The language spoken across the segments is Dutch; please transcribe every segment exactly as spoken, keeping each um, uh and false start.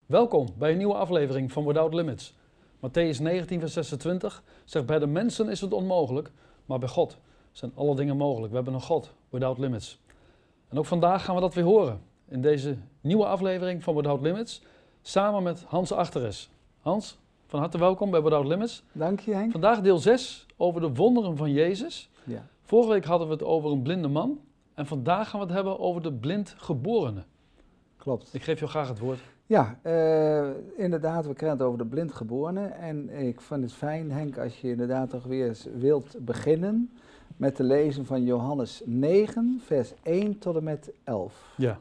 Welkom bij een nieuwe aflevering van Without Limits. Mattheüs negentien vers zesentwintig zegt, bij de mensen is het onmogelijk, maar bij God zijn alle dingen mogelijk. We hebben een God, Without Limits. En ook vandaag gaan we dat weer horen in deze nieuwe aflevering van Without Limits, samen met Hans Achteres. Hans, van harte welkom bij Without Limits. Dank je, Henk. Vandaag deel zes over de wonderen van Jezus. Ja. Vorige week hadden we het over een blinde man en vandaag gaan we het hebben over de blindgeborene. Klopt. Ik geef jou graag het woord. Ja, uh, inderdaad, we krijgen het over de blindgeborene. En ik vind het fijn, Henk, als je inderdaad toch weer eens wilt beginnen met te lezen van Johannes negen, vers één tot en met elf. Ja.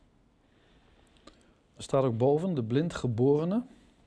Er staat ook boven, de blindgeborene.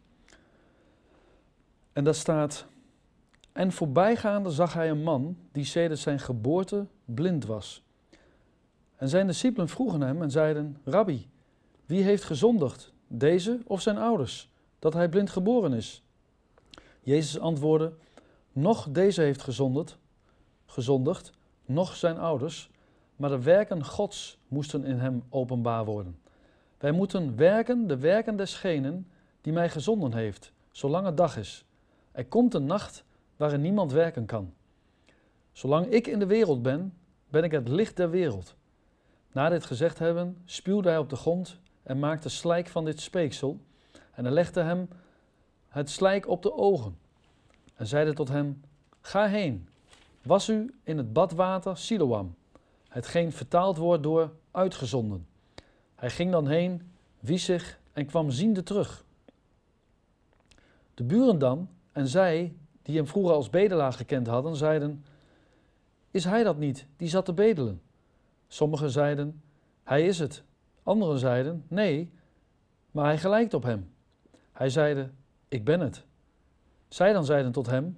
En daar staat, en voorbijgaande zag hij een man die sedert zijn geboorte blind was. En zijn discipelen vroegen hem en zeiden, Rabbi, wie heeft gezondigd, deze of zijn ouders, dat hij blind geboren is? Jezus antwoordde, noch deze heeft gezondigd, gezondigd, noch zijn ouders, maar de werken Gods moesten in hem openbaar worden. Wij moeten werken de werken desgenen die mij gezonden heeft, zolang het dag is. Er komt een nacht waarin niemand werken kan. Zolang ik in de wereld ben, ben ik het licht der wereld. Na dit gezegd hebben, spuwde hij op de grond en maakte slijk van dit speeksel. En hij legde hem het slijk op de ogen. En zeide tot hem, ga heen, was u in het badwater Siloam, hetgeen vertaald wordt door uitgezonden. Hij ging dan heen, wiesch zich en kwam ziende terug. De buren dan, en zij, die hem vroeger als bedelaar gekend hadden, zeiden, is hij dat niet, die zat te bedelen? Sommigen zeiden, hij is het. Anderen zeiden, nee, maar hij gelijkt op hem. Hij zeide, ik ben het. Zij dan zeiden tot hem,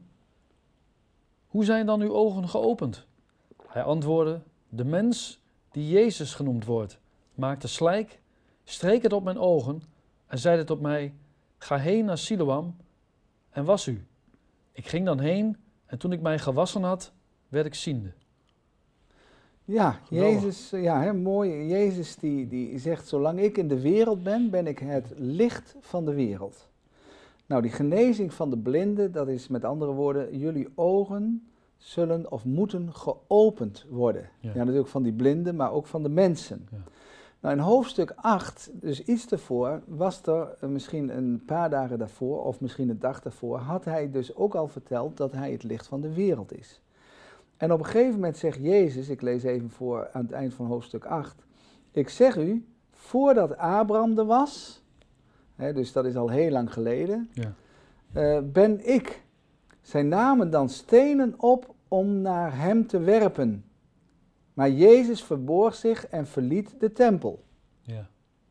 hoe zijn dan uw ogen geopend? Hij antwoordde, de mens die Jezus genoemd wordt, maakte slijk, streek het op mijn ogen en zeide tot mij, ga heen naar Siloam en was u. Ik ging dan heen en toen ik mij gewassen had, werd ik ziende. Ja, Geweldig. Jezus, ja, hè, mooi. Jezus die, die zegt, zolang ik in de wereld ben, ben ik het licht van de wereld. Nou, die genezing van de blinden, dat is met andere woorden, jullie ogen zullen of moeten geopend worden. Ja, Ja. ja natuurlijk van die blinden, maar ook van de mensen. Ja. Nou, in hoofdstuk acht, dus iets daarvoor, was er uh, misschien een paar dagen daarvoor, of misschien een dag daarvoor, had hij dus ook al verteld dat hij het licht van de wereld is. En op een gegeven moment zegt Jezus, ik lees even voor aan het eind van hoofdstuk acht, ik zeg u, voordat Abraham er was, hè, dus dat is al heel lang geleden, Ja. uh, ben ik. Zij namen dan stenen op om naar hem te werpen. Maar Jezus verborg zich en verliet de tempel. Ja.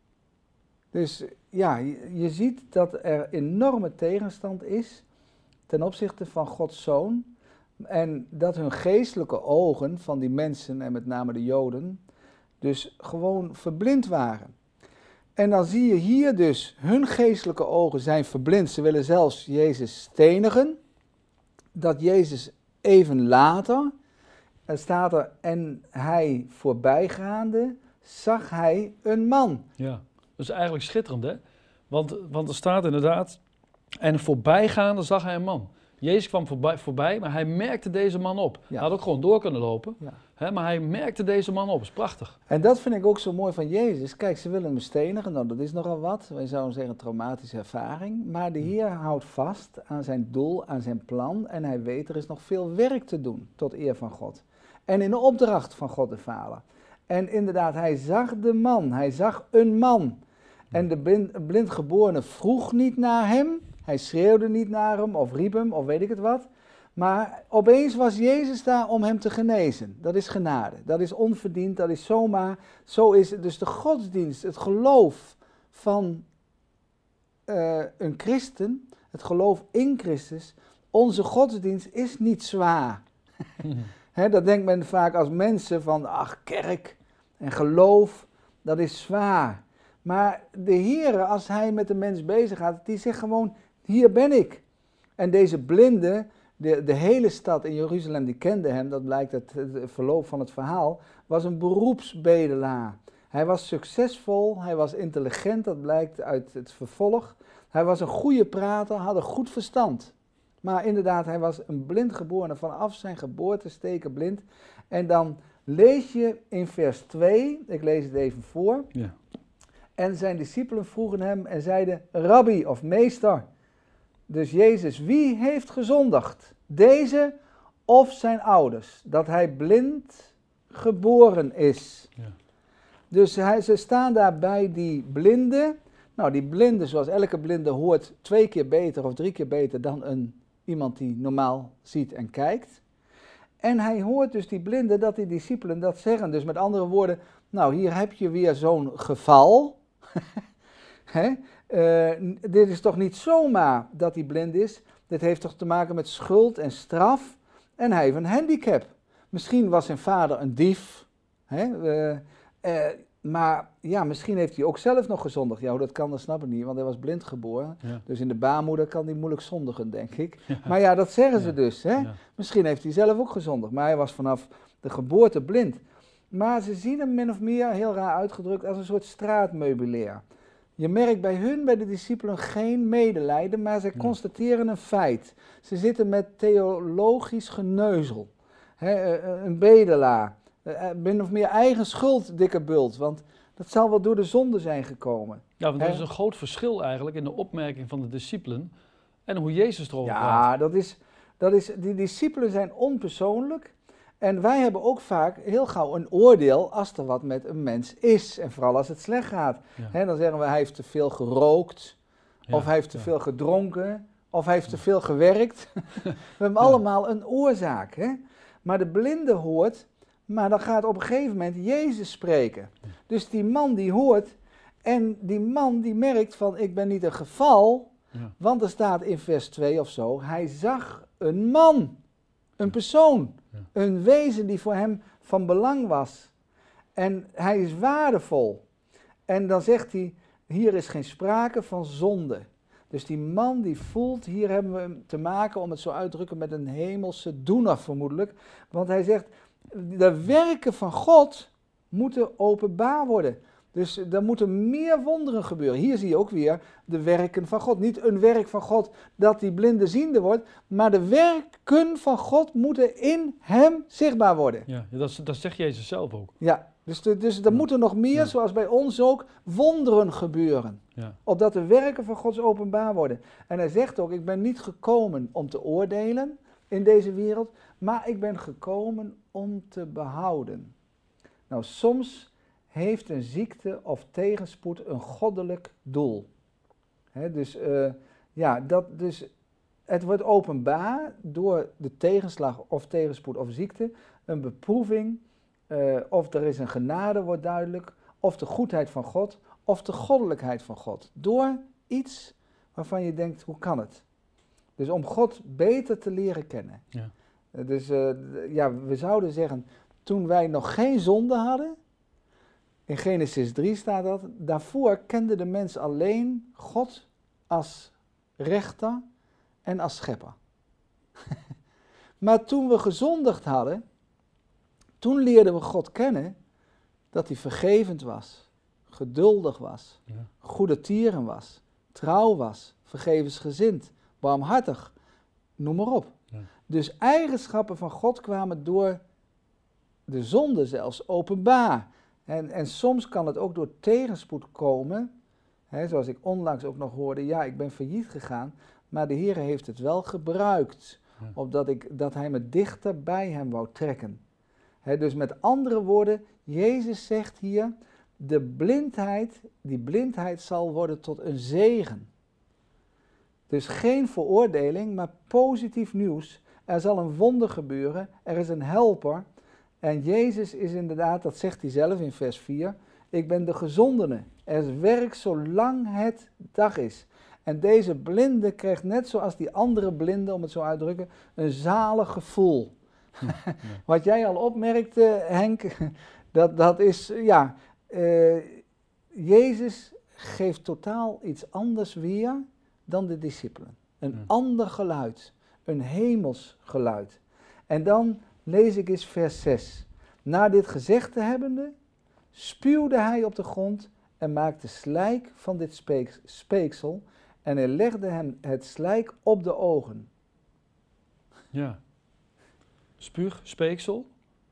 Dus ja, je, je ziet dat er enorme tegenstand is ten opzichte van Gods Zoon. En dat hun geestelijke ogen van die mensen, en met name de Joden, dus gewoon verblind waren. En dan zie je hier dus, hun geestelijke ogen zijn verblind. Ze willen zelfs Jezus stenigen. Dat Jezus even later, er staat er, en hij voorbijgaande, zag hij een man. Ja, dat is eigenlijk schitterend, hè? Want, want er staat inderdaad, en voorbijgaande zag hij een man. Jezus kwam voorbij, voorbij, maar hij merkte deze man op. Ja. Hij had ook gewoon door kunnen lopen, Ja. hè, maar hij merkte deze man op. Dat is prachtig. En dat vind ik ook zo mooi van Jezus. Kijk, ze willen hem stenigen, nou dat is nogal wat. Wij zouden zeggen een traumatische ervaring. Maar de Heer houdt vast aan zijn doel, aan zijn plan. En hij weet, er is nog veel werk te doen tot eer van God. En in de opdracht van God de Vader. En inderdaad, hij zag de man, hij zag een man. En de blind, blindgeborene vroeg niet naar hem. Hij schreeuwde niet naar hem of riep hem of weet ik het wat. Maar opeens was Jezus daar om hem te genezen. Dat is genade, dat is onverdiend, dat is zomaar. Zo is het dus de godsdienst, het geloof van uh, een christen, het geloof in Christus. Onze godsdienst is niet zwaar. He, dat denkt men vaak als mensen van, ach, kerk en geloof, dat is zwaar. Maar de Heer, als hij met de mens bezig gaat, die zegt gewoon, hier ben ik. En deze blinde, de, de hele stad in Jeruzalem, die kende hem, dat blijkt uit het verloop van het verhaal, was een beroepsbedelaar. Hij was succesvol, hij was intelligent, dat blijkt uit het vervolg. Hij was een goede prater, had een goed verstand. Maar inderdaad, hij was een blind geborene, vanaf zijn geboorte steken blind. En dan lees je in vers twee, ik lees het even voor. Ja. En zijn discipelen vroegen hem en zeiden, Rabbi of meester. Dus Jezus, wie heeft gezondigd? Deze of zijn ouders? Dat hij blind geboren is. Ja. Dus hij, ze staan daar bij die blinde. Nou, die blinde, zoals elke blinde, hoort twee keer beter of drie keer beter dan een, iemand die normaal ziet en kijkt. En hij hoort dus die blinde dat die discipelen dat zeggen. Dus met andere woorden, nou hier heb je weer zo'n geval. Hè? Uh, dit is toch niet zomaar dat hij blind is. Dit heeft toch te maken met schuld en straf. En hij heeft een handicap. Misschien was zijn vader een dief. Hè? Uh, uh, maar ja, misschien heeft hij ook zelf nog gezondigd. Ja, hoe dat kan, dat snap ik niet, want hij was blind geboren. Ja. Dus in de baarmoeder kan hij moeilijk zondigen, denk ik. Ja. Maar ja, dat zeggen ze ja. dus. Hè? Ja. Misschien heeft hij zelf ook gezondigd, maar hij was vanaf de geboorte blind. Maar ze zien hem min of meer, heel raar uitgedrukt, als een soort straatmeubilair. Je merkt bij hun, bij de discipelen, geen medelijden, maar ze ja. constateren een feit. Ze zitten met theologisch geneuzel. Hè, een bedelaar. Min of meer eigen schuld, dikke bult, want dat zal wel door de zonde zijn gekomen. Ja, want er is een groot verschil eigenlijk in de opmerking van de discipelen en hoe Jezus erover ja, praat. Ja, dat is, dat is, die discipelen zijn onpersoonlijk en wij hebben ook vaak heel gauw een oordeel als er wat met een mens is. En vooral als het slecht gaat. Ja. He, dan zeggen we hij heeft te veel gerookt, ja, of hij heeft te ja. veel gedronken, of hij heeft te veel gewerkt. We hebben ja. allemaal een oorzaak. Hè? Maar de blinde hoort... Maar dan gaat op een gegeven moment Jezus spreken. Dus die man die hoort en die man die merkt van ik ben niet een geval. Ja. Want er staat in vers twee of zo, hij zag een man, een persoon, ja. een wezen die voor hem van belang was. En hij is waardevol. En dan zegt hij, hier is geen sprake van zonde. Dus die man die voelt, hier hebben we te maken, om het zo uit te drukken, met een hemelse doener vermoedelijk. Want hij zegt... De werken van God moeten openbaar worden. Dus er moeten meer wonderen gebeuren. Hier zie je ook weer de werken van God. Niet een werk van God dat die blinde ziende wordt, maar de werken van God moeten in hem zichtbaar worden. Ja, dat, dat zegt Jezus zelf ook. Ja, dus, de, dus er ja. moeten nog meer, ja. zoals bij ons ook, wonderen gebeuren. Ja. Opdat de werken van God openbaar worden. En hij zegt ook, ik ben niet gekomen om te oordelen in deze wereld, maar ik ben gekomen om te behouden. Nou, soms heeft een ziekte of tegenspoed een goddelijk doel. He, dus, uh, ja, dat, dus het wordt openbaar door de tegenslag of tegenspoed of ziekte, een beproeving, uh, of er is een genade, wordt duidelijk, of de goedheid van God, of de goddelijkheid van God. Door iets waarvan je denkt, hoe kan het? Dus om God beter te leren kennen. Ja. Dus uh, ja, we zouden zeggen, toen wij nog geen zonde hadden, in Genesis drie staat dat, daarvoor kende de mens alleen God als rechter en als schepper. Maar toen we gezondigd hadden, toen leerden we God kennen dat hij vergevend was, geduldig was, ja. goedertieren was, trouw was, vergevensgezind, barmhartig, noem maar op. Ja. Dus eigenschappen van God kwamen door de zonde zelfs openbaar. En, en soms kan het ook door tegenspoed komen, hè, zoals ik onlangs ook nog hoorde, ja, ik ben failliet gegaan, maar de Heer heeft het wel gebruikt, ja. opdat ik, dat hij me dichter bij hem wou trekken. Hè, dus met andere woorden, Jezus zegt hier, de blindheid, die blindheid zal worden tot een zegen. Dus geen veroordeling, maar positief nieuws. Er zal een wonder gebeuren, er is een helper. En Jezus is inderdaad, dat zegt hij zelf in vers vier, ik ben de gezondene. Er is werk zolang het dag is. En deze blinde krijgt net zoals die andere blinde, om het zo uit te drukken, een zalig gevoel. Ja, ja. Wat jij al opmerkte, Henk, dat, dat is, ja, uh, Jezus geeft totaal iets anders weer dan de discipelen. Een ja. ander geluid, een hemels geluid. En dan lees ik eens vers zes. Na dit gezegd te hebbende, spuwde hij op de grond en maakte slijk van dit speek, speeksel en hij legde hem het slijk op de ogen. Ja. Spuug, speeksel,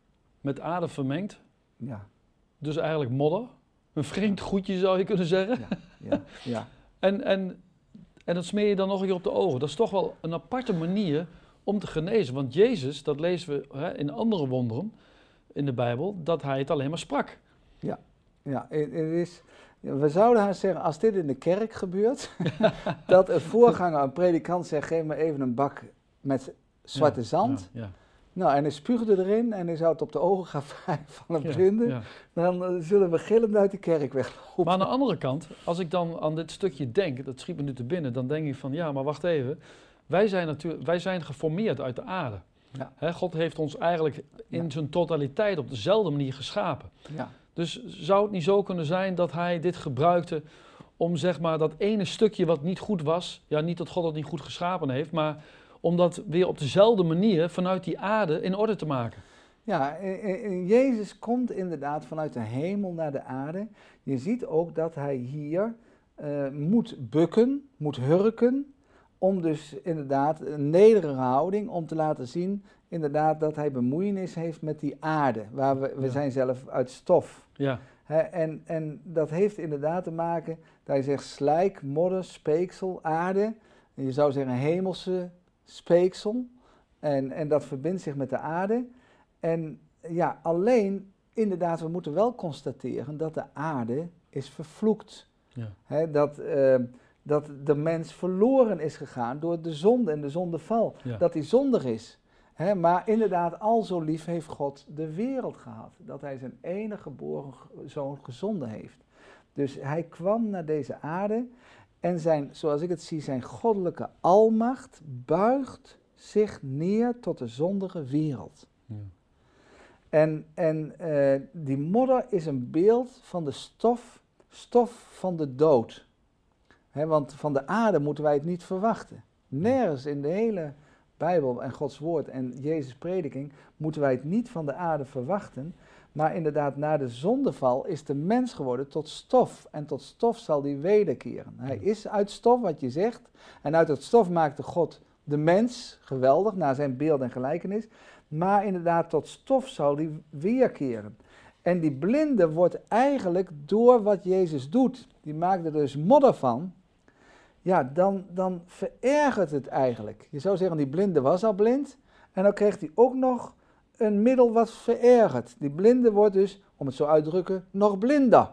met aarde vermengd. Ja. Dus eigenlijk modder. Een vreemd goedje zou je kunnen zeggen. Ja, ja, ja. en, en, en dat smeer je dan nog een keer op de ogen. Dat is toch wel een aparte manier om te genezen. Want Jezus, dat lezen we hè, in andere wonderen in de Bijbel, dat hij het alleen maar sprak. Ja, ja het, het is, we zouden haast zeggen, als dit in de kerk gebeurt, dat een voorganger, een predikant zegt, geef me even een bak met zwarte ja, zand. Ja, ja. Nou, en hij spuugde erin en hij zou het op de ogen gaan wrijven van een Ja, blinde. ja. Dan uh, zullen we gillend uit de kerk weglopen. Maar aan de andere kant, als ik dan aan dit stukje denk, dat schiet me nu te binnen, dan denk ik van, ja, maar wacht even. Wij zijn, natuurlijk, wij zijn geformeerd uit de aarde. Ja. Hè, God heeft ons eigenlijk in Ja. zijn totaliteit op dezelfde manier geschapen. Ja. Dus zou het niet zo kunnen zijn dat hij dit gebruikte om zeg maar dat ene stukje wat niet goed was, ja niet dat God het niet goed geschapen heeft, maar om dat weer op dezelfde manier vanuit die aarde in orde te maken. Ja, Jezus komt inderdaad vanuit de hemel naar de aarde. Je ziet ook dat hij hier uh, moet bukken, moet hurken, om dus inderdaad een nederige houding, om te laten zien inderdaad dat hij bemoeienis heeft met die aarde, waar we, we Ja. zijn zelf uit stof. Ja, He, en, en dat heeft inderdaad te maken, dat hij zegt slijk, modder, speeksel, aarde. En je zou zeggen hemelse speeksel. En, en dat verbindt zich met de aarde. En ja, alleen, inderdaad, we moeten wel constateren dat de aarde is vervloekt. ja. He, dat, uh, dat de mens verloren is gegaan door de zonde en de zondeval. Ja. Dat hij zondig is. He, maar inderdaad, al zo lief heeft God de wereld gehad. Dat hij zijn enige geboren zoon gezonden heeft. Dus hij kwam naar deze aarde en zijn, zoals ik het zie, zijn goddelijke almacht buigt zich neer tot de zondige wereld. Ja. En, en uh, die modder is een beeld van de stof, stof van de dood. He, want van de aarde moeten wij het niet verwachten. Nergens in de hele Bijbel en Gods woord en Jezus' prediking moeten wij het niet van de aarde verwachten. Maar inderdaad, na de zondeval is de mens geworden tot stof. En tot stof zal hij wederkeren. Hij is uit stof, wat je zegt. En uit het stof maakte God de mens, geweldig, naar zijn beeld en gelijkenis. Maar inderdaad, tot stof zal hij weerkeren. En die blinde wordt eigenlijk door wat Jezus doet, die maakt er dus modder van. Ja, dan, dan verergert het eigenlijk. Je zou zeggen, die blinde was al blind. En dan kreeg hij ook nog een middel wat verergert. Die blinde wordt dus, om het zo uit te drukken, nog blinder.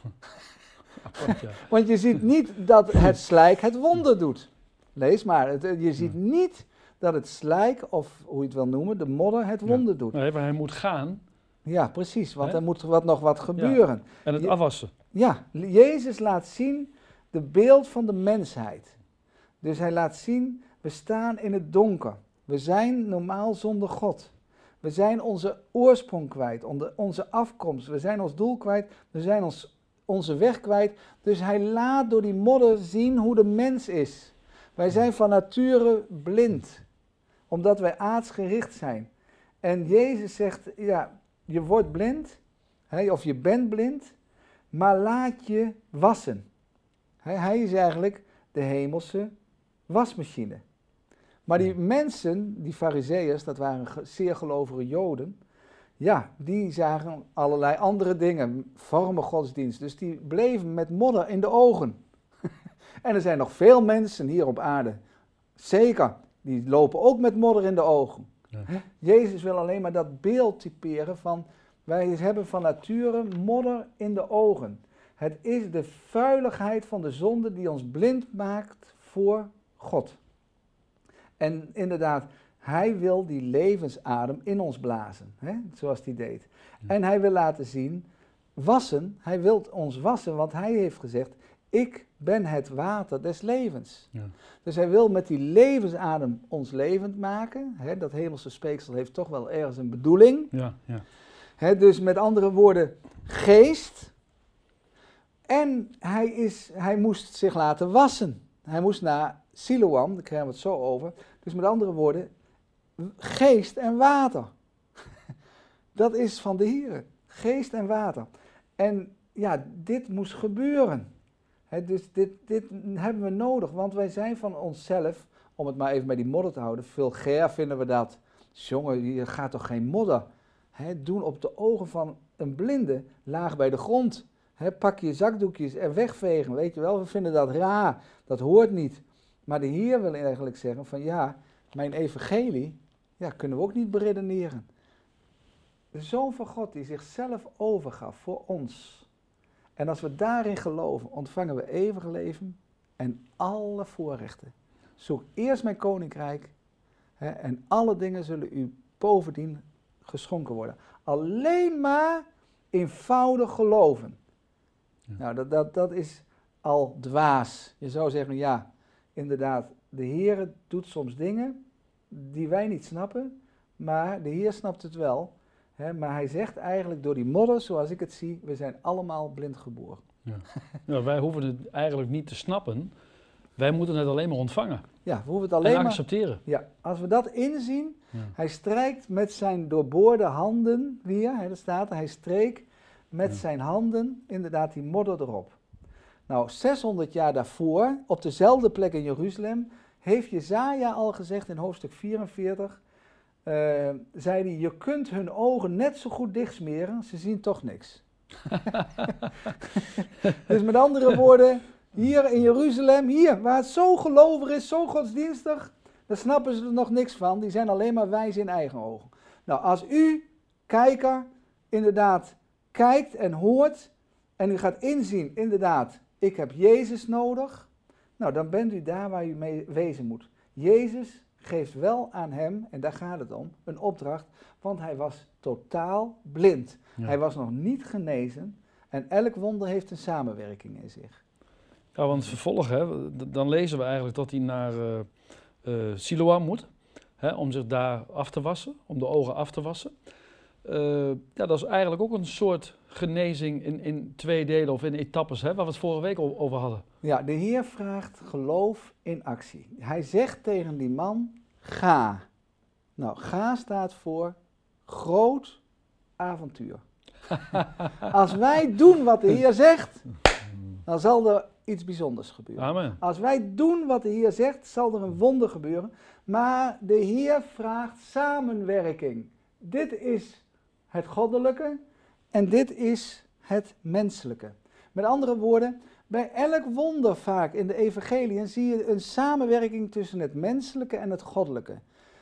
Apart, ja. Want je ziet niet dat het slijk het wonder doet. Lees maar, het, je ziet Ja. niet dat het slijk, of hoe je het wil noemen, de modder het Ja. wonder doet. Nee, maar hij moet gaan Ja, precies, want Hè? er moet wat, nog wat gebeuren. en het Je- afwassen. Ja, Jezus laat zien de beeld van de mensheid. Dus hij laat zien, we staan in het donker. We zijn normaal zonder God. We zijn onze oorsprong kwijt, onze- onze afkomst. We zijn ons doel kwijt, we zijn ons, onze weg kwijt. Dus hij laat door die modder zien hoe de mens is. Wij zijn van nature blind, omdat wij aardsgericht zijn. En Jezus zegt, ja, je wordt blind, hè, of je bent blind, maar laat je wassen. Hij, hij is eigenlijk de hemelse wasmachine. Maar die mensen, die farizeeërs, dat waren ge- zeer gelovige Joden, ja, die zagen allerlei andere dingen, vormen godsdienst. Dus die bleven met modder in de ogen. En er zijn nog veel mensen hier op aarde, zeker, die lopen ook met modder in de ogen. Ja. Jezus wil alleen maar dat beeld typeren van, wij hebben van nature modder in de ogen. Het is de vuiligheid van de zonde die ons blind maakt voor God. En inderdaad, hij wil die levensadem in ons blazen, hè? Zoals hij deed. Ja. En hij wil laten zien, wassen, hij wil ons wassen, want hij heeft gezegd, ik ben het water des levens. Ja. Dus hij wil met die levensadem ons levend maken. Hè? Dat hemelse speeksel heeft toch wel ergens een bedoeling. Ja, ja. Hè? Dus met andere woorden, geest. En hij, is, hij moest zich laten wassen. Hij moest naar Siloam, daar krijgen we het zo over. Dus met andere woorden, geest en water. Dat is van de Here. Geest en water. En ja, dit moest gebeuren. He, dus dit, dit hebben we nodig, want wij zijn van onszelf, om het maar even bij die modder te houden, vulgair vinden we dat. Jongen, hier gaat toch geen modder? He, doen op de ogen van een blinde laag bij de grond. He, pak je zakdoekjes en wegvegen, weet je wel. We vinden dat raar, dat hoort niet. Maar de Heer wil eigenlijk zeggen van ja, mijn evangelie, ja, kunnen we ook niet beredeneren. De Zoon van God die zichzelf overgaf voor ons. En als we daarin geloven, ontvangen we eeuwig leven en alle voorrechten. Zoek eerst mijn koninkrijk hè, en alle dingen zullen u bovendien geschonken worden. Alleen maar eenvoudig geloven. Ja. Nou, dat, dat, dat is al dwaas. Je zou zeggen, ja, inderdaad, de Heer doet soms dingen die wij niet snappen, maar de Heer snapt het wel. He, maar hij zegt eigenlijk door die modder, zoals ik het zie, we zijn allemaal blind geboren. Ja. Nou, wij hoeven het eigenlijk niet te snappen. Wij moeten het alleen maar ontvangen. Ja, we hoeven het alleen en maar accepteren. Ja, als we dat inzien, Ja. hij strijkt met zijn doorboorde handen weer, he, daar staat hij streek met ja. zijn handen inderdaad die modder erop. Nou, zeshonderd jaar daarvoor, op dezelfde plek in Jeruzalem, heeft Jesaja al gezegd in hoofdstuk vierenveertig... Uh, zei hij, je kunt hun ogen net zo goed dichtsmeren, ze zien toch niks. Dus met andere woorden, hier in Jeruzalem, hier, waar het zo gelovig is, zo godsdienstig, daar snappen ze er nog niks van, die zijn alleen maar wijs in eigen ogen. Nou, als u, kijker, inderdaad kijkt en hoort, en u gaat inzien, inderdaad, ik heb Jezus nodig, nou, dan bent u daar waar u mee wezen moet. Jezus geeft wel aan hem, en daar gaat het om, een opdracht, want hij was totaal blind. Ja. Hij was nog niet genezen en elk wonder heeft een samenwerking in zich. Ja, want vervolg, hè, dan lezen we eigenlijk dat hij naar uh, uh, Siloam moet, hè, om zich daar af te wassen, om de ogen af te wassen. Uh, ja, dat is eigenlijk ook een soort genezing in, in twee delen of in etappes, hè, waar we het vorige week over hadden. Ja, de Heer vraagt geloof in actie. Hij zegt tegen die man, ga. Nou, ga staat voor groot avontuur. Als wij doen wat de Heer zegt, dan zal er iets bijzonders gebeuren. Amen. Als wij doen wat de Heer zegt, zal er een wonder gebeuren. Maar de Heer vraagt samenwerking. Dit is het goddelijke en dit is het menselijke. Met andere woorden, bij elk wonder vaak in de evangeliën zie je een samenwerking tussen het menselijke en het goddelijke.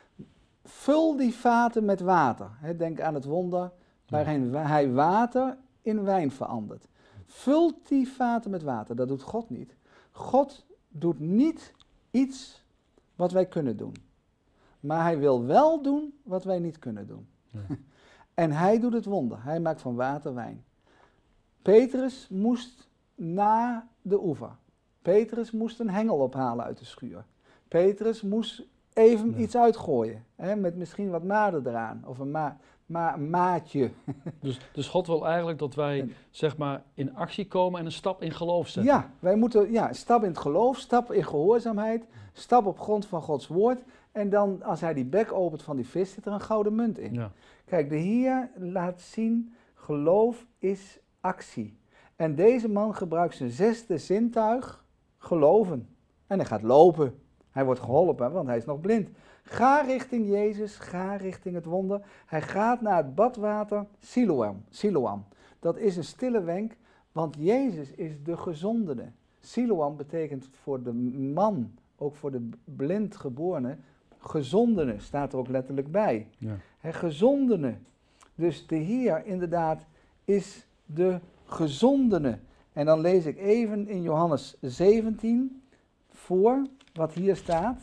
Vul die vaten met water. He, denk aan het wonder waarin hij water in wijn verandert. Vult die vaten met water, dat doet God niet. God doet niet iets wat wij kunnen doen. Maar hij wil wel doen wat wij niet kunnen doen. Ja. En hij doet het wonder. Hij maakt van water wijn. Petrus moest naar de oever. Petrus moest een hengel ophalen uit de schuur. Petrus moest even ja. iets uitgooien. Hè, met misschien wat maden eraan. Of een ma- ma- maatje. Dus, dus God wil eigenlijk dat wij en, zeg maar in actie komen en een stap in geloof zetten. Ja, wij moeten ja, stap in het geloof, stap in gehoorzaamheid. Stap op grond van Gods woord. En dan als hij die bek opent van die vis zit er een gouden munt in. Ja. Kijk, de Heer laat zien, geloof is actie. En deze man gebruikt zijn zesde zintuig, geloven. En hij gaat lopen. Hij wordt geholpen, want hij is nog blind. Ga richting Jezus, ga richting het wonder. Hij gaat naar het badwater Siloam. Siloam. Dat is een stille wenk, want Jezus is de gezondene. Siloam betekent voor de man, ook voor de blind geborene, gezondene, staat er ook letterlijk bij. Ja. He, gezondene. Dus de Heer inderdaad is de gezondene. En dan lees ik even in Johannes zeventien voor wat hier staat.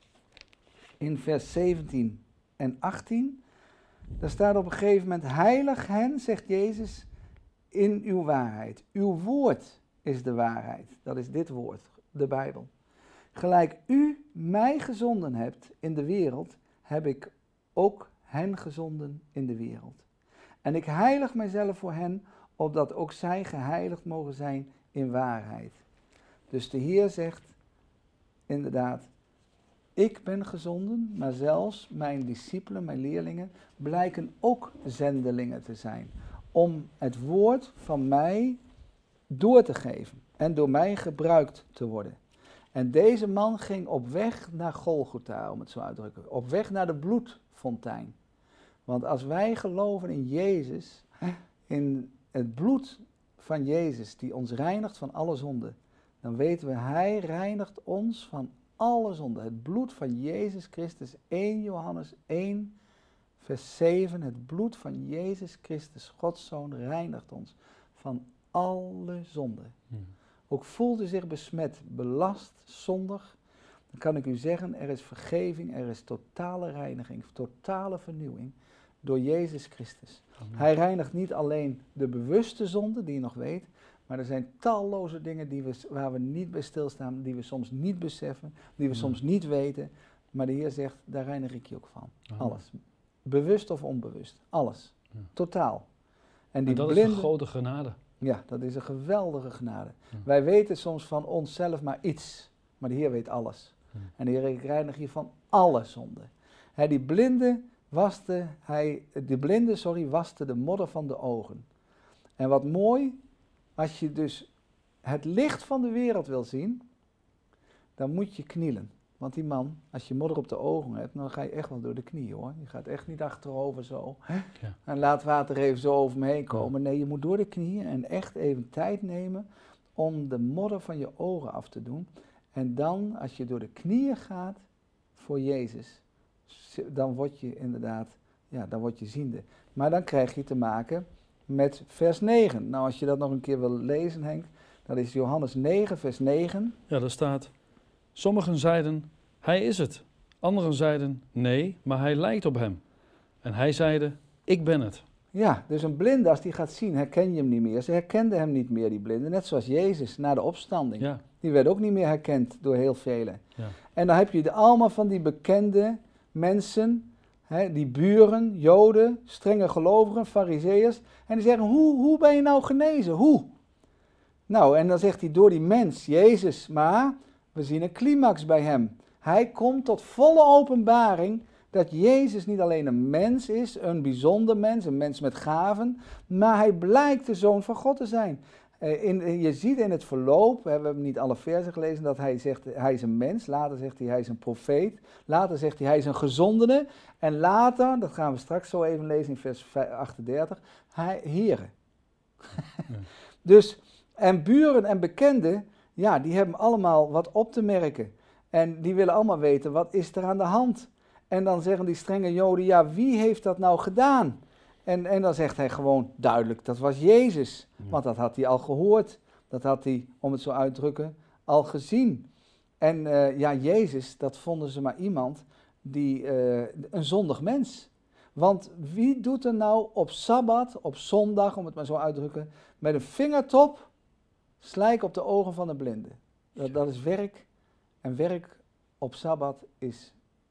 In vers zeventien en achttien. Daar staat op een gegeven moment, heilig hen, zegt Jezus, in uw waarheid. Uw woord is de waarheid. Dat is dit woord, de Bijbel. Gelijk u mij gezonden hebt in de wereld, heb ik ook hen gezonden in de wereld. En ik heilig mijzelf voor hen, opdat ook zij geheiligd mogen zijn in waarheid. Dus de Heer zegt, inderdaad, ik ben gezonden, maar zelfs mijn discipelen, mijn leerlingen, blijken ook zendelingen te zijn. om het woord van mij door te geven en door mij gebruikt te worden. En deze man ging op weg naar Golgotha, om het zo uit te drukken, op weg naar de bloedfontein. Want als wij geloven in Jezus, in het bloed van Jezus die ons reinigt van alle zonde, dan weten we, hij reinigt ons van alle zonde. Het bloed van Jezus Christus, eerste Johannes één, vers zeven, het bloed van Jezus Christus, Gods Zoon, reinigt ons van alle zonde. Hmm. Ook voelt u zich besmet, belast, zondig, dan kan ik u zeggen, er is vergeving, er is totale reiniging, totale vernieuwing door Jezus Christus. Amen. Hij reinigt niet alleen de bewuste zonde, die je nog weet, maar er zijn talloze dingen die we, waar we niet bij stilstaan, die we soms niet beseffen, die we ja. soms niet weten. Maar de Heer zegt, daar reinig ik je ook van. Ja. Alles. Bewust of onbewust. Alles. Ja. Totaal. En, die en dat blinde, is een grote genade. Ja, dat is een geweldige genade. Ja. Wij weten soms van onszelf maar iets, maar de Heer weet alles. Ja. En de Heer, ik reinig je van alle zonden. Hij, die blinde waste, hij, de blinde, sorry, waste de modder van de ogen. En wat mooi, als je dus het licht van de wereld wil zien, dan moet je knielen. Want die man, als je modder op de ogen hebt, dan ga je echt wel door de knieën hoor. Je gaat echt niet achterover zo. Ja. En laat water even zo over me heen komen. Nee, je moet door de knieën en echt even tijd nemen om de modder van je ogen af te doen. En dan, als je door de knieën gaat voor Jezus, dan word je inderdaad, ja, dan word je ziende. Maar dan krijg je te maken met vers negen. Nou, als je dat nog een keer wil lezen, Henk, dat is Johannes negen, vers negen. Ja, daar staat, sommigen zeiden, hij is het. Anderen zeiden, nee, maar hij lijkt op hem. En hij zeide, ik ben het. Ja, dus een blinde, als die gaat zien, herken je hem niet meer. Ze herkenden hem niet meer, die blinde. Net zoals Jezus, na de opstanding. Ja. Die werd ook niet meer herkend door heel velen. Ja. En dan heb je de, allemaal van die bekende mensen, hè, die buren, Joden, strenge gelovigen, Farizeeërs. En die zeggen, hoe, hoe ben je nou genezen? Hoe? Nou, en dan zegt hij, door die mens, Jezus, maar we zien een climax bij hem. Hij komt tot volle openbaring dat Jezus niet alleen een mens is, een bijzonder mens, een mens met gaven, maar hij blijkt de Zoon van God te zijn. Uh, in, je ziet in het verloop, we hebben niet alle versen gelezen, dat hij zegt, hij is een mens. Later zegt hij, hij is een profeet. Later zegt hij, hij is een gezondene. En later, dat gaan we straks zo even lezen in vers achtendertig, hij, Here. Ja. Dus, en buren en bekenden, ja, die hebben allemaal wat op te merken. En die willen allemaal weten, wat is er aan de hand? En dan zeggen die strenge Joden, ja, wie heeft dat nou gedaan? En, en dan zegt hij gewoon duidelijk, dat was Jezus. Ja. Want dat had hij al gehoord. Dat had hij, om het zo uit te drukken, al gezien. En uh, ja, Jezus, dat vonden ze maar iemand, die uh, een zondig mens. Want wie doet er nou op Sabbat, op zondag, om het maar zo uit te drukken, met een vingertop slijk op de ogen van de blinde? Dat, dat is werk. En werk op Sabbat is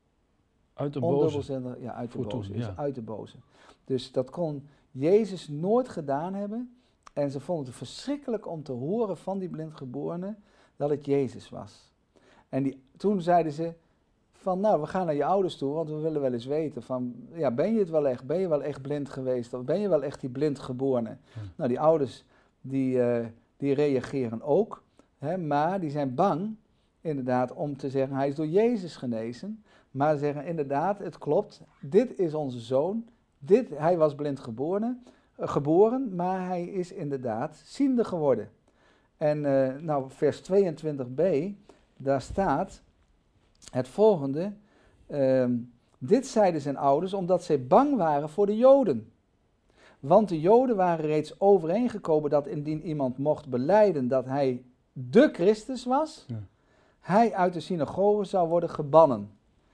uit de boze. Ja, uit de Voor boze. Toen, ja. Is uit de boze. Dus dat kon Jezus nooit gedaan hebben. En ze vonden het verschrikkelijk om te horen van die blindgeborene dat het Jezus was. En die, toen zeiden ze van, nou, we gaan naar je ouders toe, want we willen wel eens weten van, ja, ben je het wel echt? Ben je wel echt blind geweest? Of ben je wel echt die blindgeborene? Ja. Nou, die ouders, die, uh, die reageren ook, hè, maar die zijn bang, inderdaad, om te zeggen, hij is door Jezus genezen. Maar zeggen, inderdaad, het klopt, dit is onze zoon. Dit, hij was blind geboren, uh, geboren, maar hij is inderdaad ziende geworden. En uh, nou, vers tweeëntwintig b, daar staat het volgende. Uh, dit zeiden zijn ouders omdat zij bang waren voor de Joden. Want de Joden waren reeds overeengekomen dat indien iemand mocht belijden dat hij de Christus was, ja, hij uit de synagoge zou worden gebannen.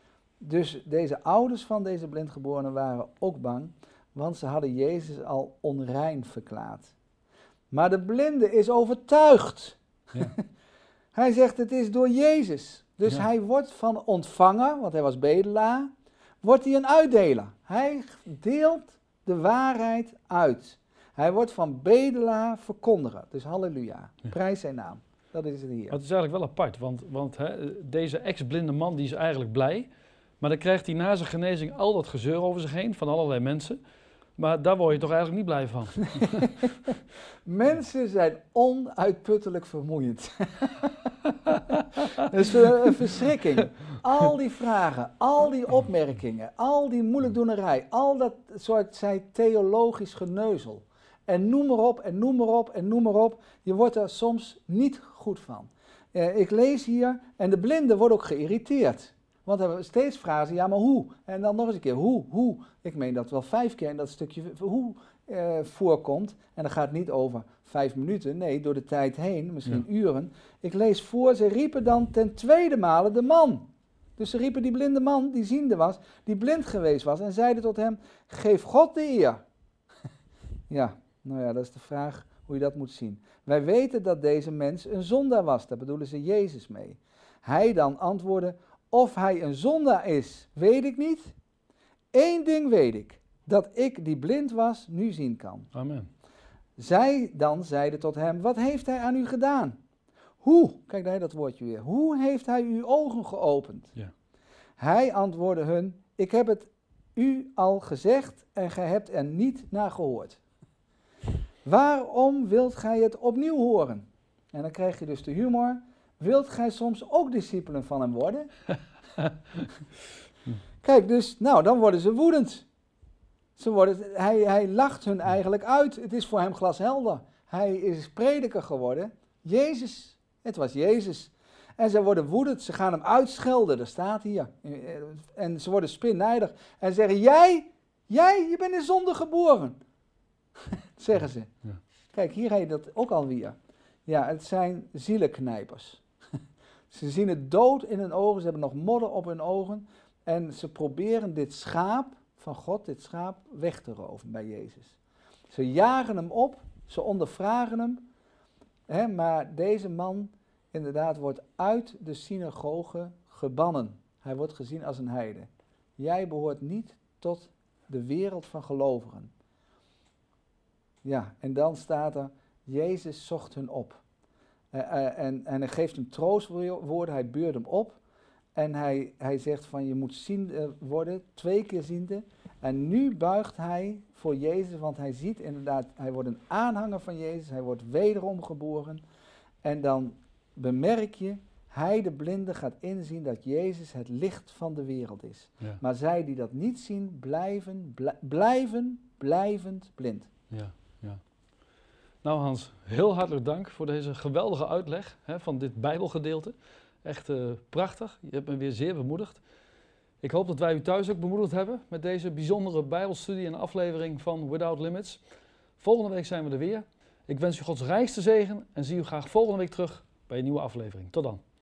Dus deze ouders van deze blindgeborenen waren ook bang, want ze hadden Jezus al onrein verklaard. Maar de blinde is overtuigd. Ja. Hij zegt, het is door Jezus. Dus ja, hij wordt van ontvanger, want hij was bedelaar, wordt hij een uitdeler. Hij deelt de waarheid uit. Hij wordt van bedelaar verkondiger. Dus halleluja, ja, prijs zijn naam. Dat is het hier. Maar het is eigenlijk wel apart, want, want hè, deze ex-blinde man die is eigenlijk blij, maar dan krijgt hij na zijn genezing al dat gezeur over zich heen van allerlei mensen. Maar daar word je toch eigenlijk niet blij van. Mensen zijn onuitputtelijk vermoeiend. Dat is een verschrikking. Al die vragen, al die opmerkingen, al die moeilijkdoenerij, al dat soort zij theologisch geneuzel. En noem maar op, en noem maar op, en noem maar op. Je wordt er soms niet goed van. Uh, ik lees hier, en de blinden worden ook geïrriteerd. Want dan hebben we steeds vragen, ja maar hoe? En dan nog eens een keer, hoe, hoe? Ik meen dat wel vijf keer in dat stukje hoe uh, voorkomt. En dat gaat niet over vijf minuten, nee, door de tijd heen, misschien ja. uren. Ik lees voor, ze riepen dan ten tweede male de man. Dus ze riepen die blinde man, die ziende was, die blind geweest was, en zeiden tot hem, geef God de eer. Ja, nou ja, dat is de vraag hoe je dat moet zien. Wij weten dat deze mens een zondaar was, daar bedoelen ze Jezus mee. Hij dan antwoordde, of hij een zondaar is, weet ik niet. Eén ding weet ik, dat ik die blind was, nu zien kan. Amen. Zij dan zeiden tot hem, wat heeft hij aan u gedaan? Hoe, kijk daar dat woordje weer, hoe heeft hij uw ogen geopend? Ja. Hij antwoordde hun, ik heb het u al gezegd en gij hebt er niet naar gehoord. Waarom wilt gij het opnieuw horen? En dan krijg je dus de humor. Wilt gij soms ook discipelen van hem worden? Kijk, dus, nou, dan worden ze woedend. Ze worden, hij, hij lacht hun eigenlijk uit. Het is voor hem glashelder. Hij is prediker geworden. Jezus, het was Jezus. En ze worden woedend, ze gaan hem uitschelden, dat staat hier. En ze worden spinnijdig en zeggen, jij, jij, je bent in zonde geboren. Zeggen ze. Ja. Kijk, hier heb je dat ook alweer. Ja, het zijn zielenknijpers. Ze zien het dood in hun ogen, ze hebben nog modder op hun ogen. En ze proberen dit schaap van God, dit schaap, weg te roven bij Jezus. Ze jagen hem op, ze ondervragen hem. Hè, maar deze man, inderdaad, wordt uit de synagoge gebannen. Hij wordt gezien als een heide. Jij behoort niet tot de wereld van gelovigen. Ja, en dan staat er, Jezus zocht hun op. Uh, uh, en, en hij geeft hem troostwoorden, hij beurt hem op. En hij, hij zegt van, je moet ziende worden, twee keer ziende. En nu buigt hij voor Jezus, want hij ziet inderdaad, hij wordt een aanhanger van Jezus, hij wordt wederom geboren. En dan bemerk je, hij de blinde gaat inzien dat Jezus het licht van de wereld is. Ja. Maar zij die dat niet zien, blijven, bl- blijven, blijvend blind. Ja, ja. Nou Hans, heel hartelijk dank voor deze geweldige uitleg hè, van dit Bijbelgedeelte. Echt uh, prachtig, je hebt me weer zeer bemoedigd. Ik hoop dat wij u thuis ook bemoedigd hebben met deze bijzondere Bijbelstudie en aflevering van Without Limits. Volgende week zijn we er weer. Ik wens u Gods rijkste zegen en zie u graag volgende week terug bij een nieuwe aflevering. Tot dan.